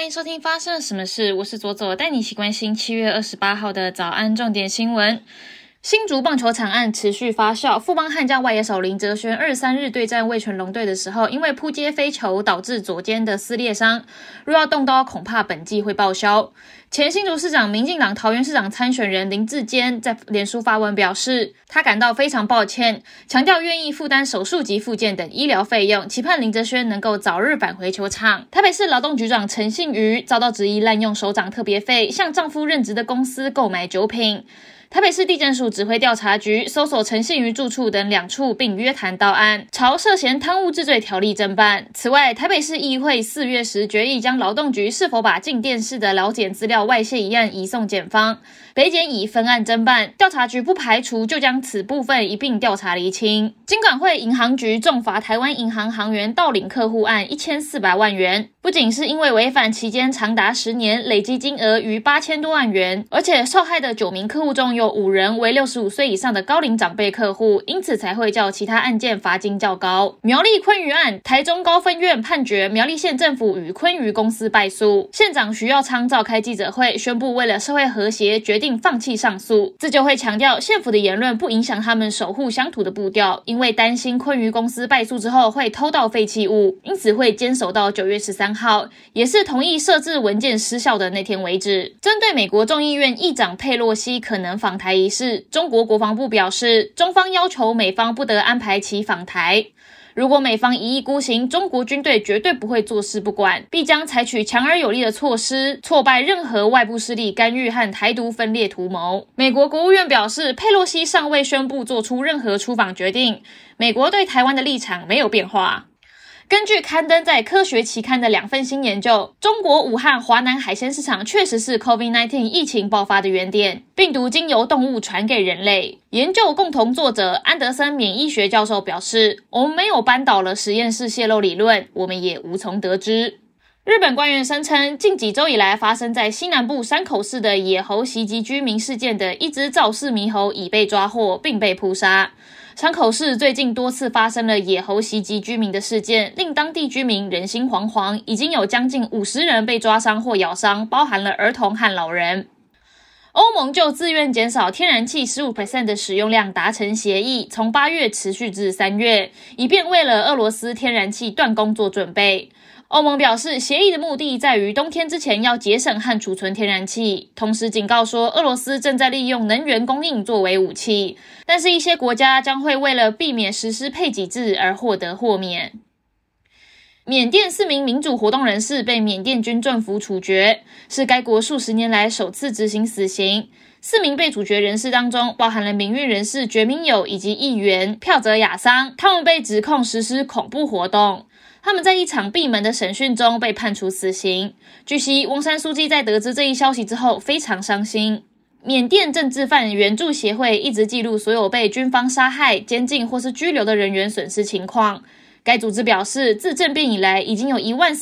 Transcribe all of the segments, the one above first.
迎收听发生了什么事，我是左左，带你一起关心7月28号的早安重点新闻。新竹棒球场案持续发酵，富邦悍将外野手林哲轩23日对战味全龙队的时候，因为扑接飞球导致左肩的撕裂伤，若要动刀，恐怕本季会报销。前新竹市长、民进党桃园市长参选人林志坚在脸书发文表示，他感到非常抱歉，强调愿意负担手术及复健等医疗费用，期盼林哲轩能够早日返回球场。台北市劳动局长陈信瑜遭到质疑滥用首长特别费，向丈夫任职的公司购买酒品。台北市地检署指挥调查局搜索陈信瑜住处等2处，并约谈到案，朝涉嫌贪污治罪条例侦办。此外，台北市议会4月时决议将劳动局是否把进电视的劳检资料外泄一案移送检方，北检已分案侦办，调查局不排除就将此部分一并调查厘清。金管会银行局重罚台湾银行行员盗领客户案1400万元，不仅是因为违反期间长达10年，累计金额逾8000多万元，而且受害的9名客户中有5人为65岁以上的高龄长辈客户，因此才会较其他案件罚金较高。苗栗昆鱼案，台中高分院判决苗栗县政府与昆鱼公司败诉，县长徐耀昌召开记者会，宣布为了社会和谐，决定放弃上诉。自救会强调，县府的言论不影响他们守护乡土的步调，因为担心昆鱼公司败诉之后会偷盗废弃物，因此会坚守到9月13号，也是同意设置文件失效的那天为止。针对美国众议院议长佩洛西可能访台一事，中国国防部表示，中方要求美方不得安排其访台。如果美方一意孤行，中国军队绝对不会坐视不管，必将采取强而有力的措施，挫败任何外部势力干预和台独分裂图谋。美国国务院表示，佩洛西尚未宣布做出任何出访决定，美国对台湾的立场没有变化。根据刊登在科学期刊的2份新研究，中国武汉华南海鲜市场确实是 COVID-19 疫情爆发的原点，病毒经由动物传给人类。研究共同作者安德森免疫学教授表示，我们没有扳倒了实验室泄漏理论，我们也无从得知。日本官员声称，近几周以来发生在西南部山口市的野猴袭击居民事件的一只肇事猕猴已被抓获，并被扑杀。山口市最近多次发生了野猴袭击居民的事件，令当地居民人心惶惶，已经有将近50人被抓伤或咬伤，包含了儿童和老人。欧盟就自愿减少天然气 15% 的使用量达成协议，从8月持续至3月，以便为了俄罗斯天然气断供做准备。欧盟表示，协议的目的在于冬天之前要节省和储存天然气，同时警告说，俄罗斯正在利用能源供应作为武器，但是一些国家将会为了避免实施配给制而获得豁免。缅甸4名民主活动人士被缅甸军政府处决，是该国数十年来首次执行死刑。4名被处决人士当中，包含了民运人士觉明友以及议员票泽雅桑，他们被指控实施恐怖活动。他们在一场闭门的审讯中被判处死刑。据悉，翁山书记在得知这一消息之后非常伤心。缅甸政治犯援助协会一直记录所有被军方杀害、监禁或是拘留的人员损失情况。该组织表示，自政变以来，已经有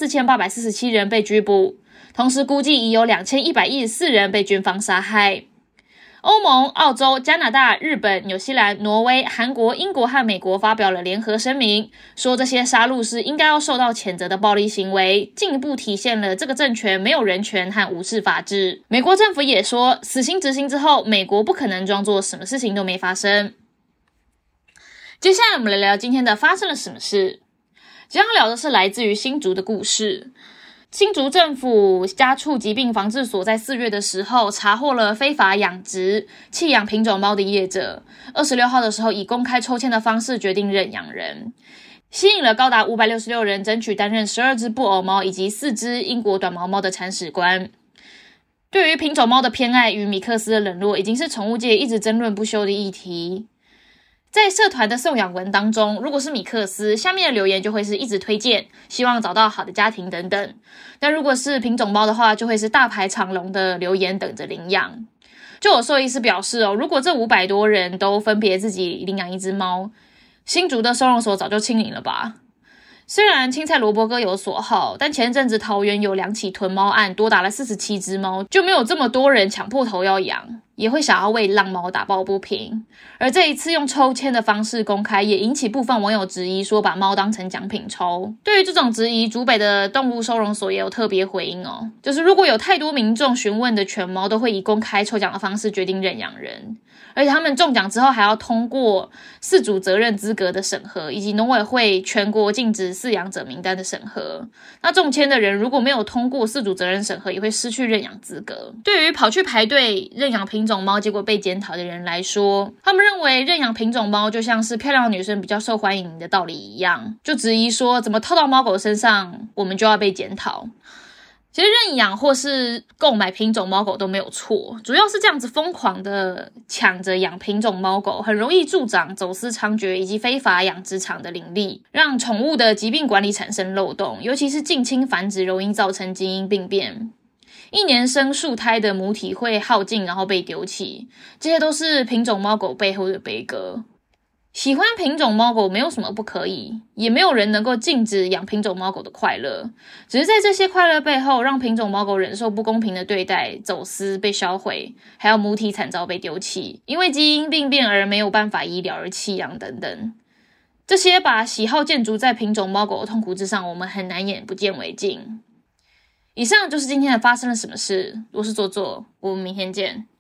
14847人被拘捕，同时估计已有2114人被军方杀害。欧盟、澳洲、加拿大、日本、纽西兰、挪威、韩国、英国和美国发表了联合声明，说这些杀戮是应该要受到谴责的暴力行为，进一步体现了这个政权没有人权和无视法治。美国政府也说，死刑执行之后，美国不可能装作什么事情都没发生。接下来我们来聊今天的发生了什么事。今天要聊的是来自于新竹的故事。新竹政府家畜疾病防治所在4月的时候查获了非法养殖、弃养品种猫的业者，26号的时候以公开抽签的方式决定认养人，吸引了高达566人争取担任12只布偶猫以及4只英国短毛猫的铲屎官。对于品种猫的偏爱与米克斯的冷落，已经是宠物界一直争论不休的议题。在社团的送养文当中，如果是米克斯，下面的留言就会是一直推荐，希望找到好的家庭等等。但如果是品种猫的话，就会是大排长龙的留言等着领养。就有兽医师表示如果这500多人都分别自己领养一只猫，新竹的收容所早就清零了吧。虽然青菜萝卜各有所好，但前阵子桃园有2起囤猫案，多达了47只猫，就没有这么多人抢破头要养。 也会想要为浪猫打抱不平。而这一次用抽签的方式公开，也引起部分网友质疑，说把猫当成奖品抽。对于这种质疑，竹北的动物收容所也有特别回应哦，就是如果有太多民众询问的犬猫，都会以公开抽奖的方式决定认养人，而且他们中奖之后还要通过饲主责任资格的审核，以及农委会全国禁止饲养者名单的审核。那中签的人如果没有通过饲主责任审核，也会失去认养资格。对于跑去排队认养品种猫结果被检讨的人来说，他们认为认养品种猫就像是漂亮的女生比较受欢迎的道理一样，就质疑说怎么套到猫狗身上我们就要被检讨。其实认养或是购买品种猫狗都没有错，主要是这样子疯狂的抢着养品种猫狗，很容易助长走私猖獗以及非法养殖场的林立，让宠物的疾病管理产生漏洞，尤其是近亲繁殖容易造成基因病变。一年生数胎的母体会耗尽然后被丢弃，这些都是品种猫狗背后的悲歌。喜欢品种猫狗没有什么不可以，也没有人能够禁止养品种猫狗的快乐，只是在这些快乐背后，让品种猫狗忍受不公平的对待、走私、被销毁，还有母体惨遭被丢弃，因为基因病变而没有办法医疗而弃养等等。这些把喜好建筑在品种猫狗的痛苦之上，我们很难眼不见为净。以上就是今天的发生了什么事，我是左左，我们明天见。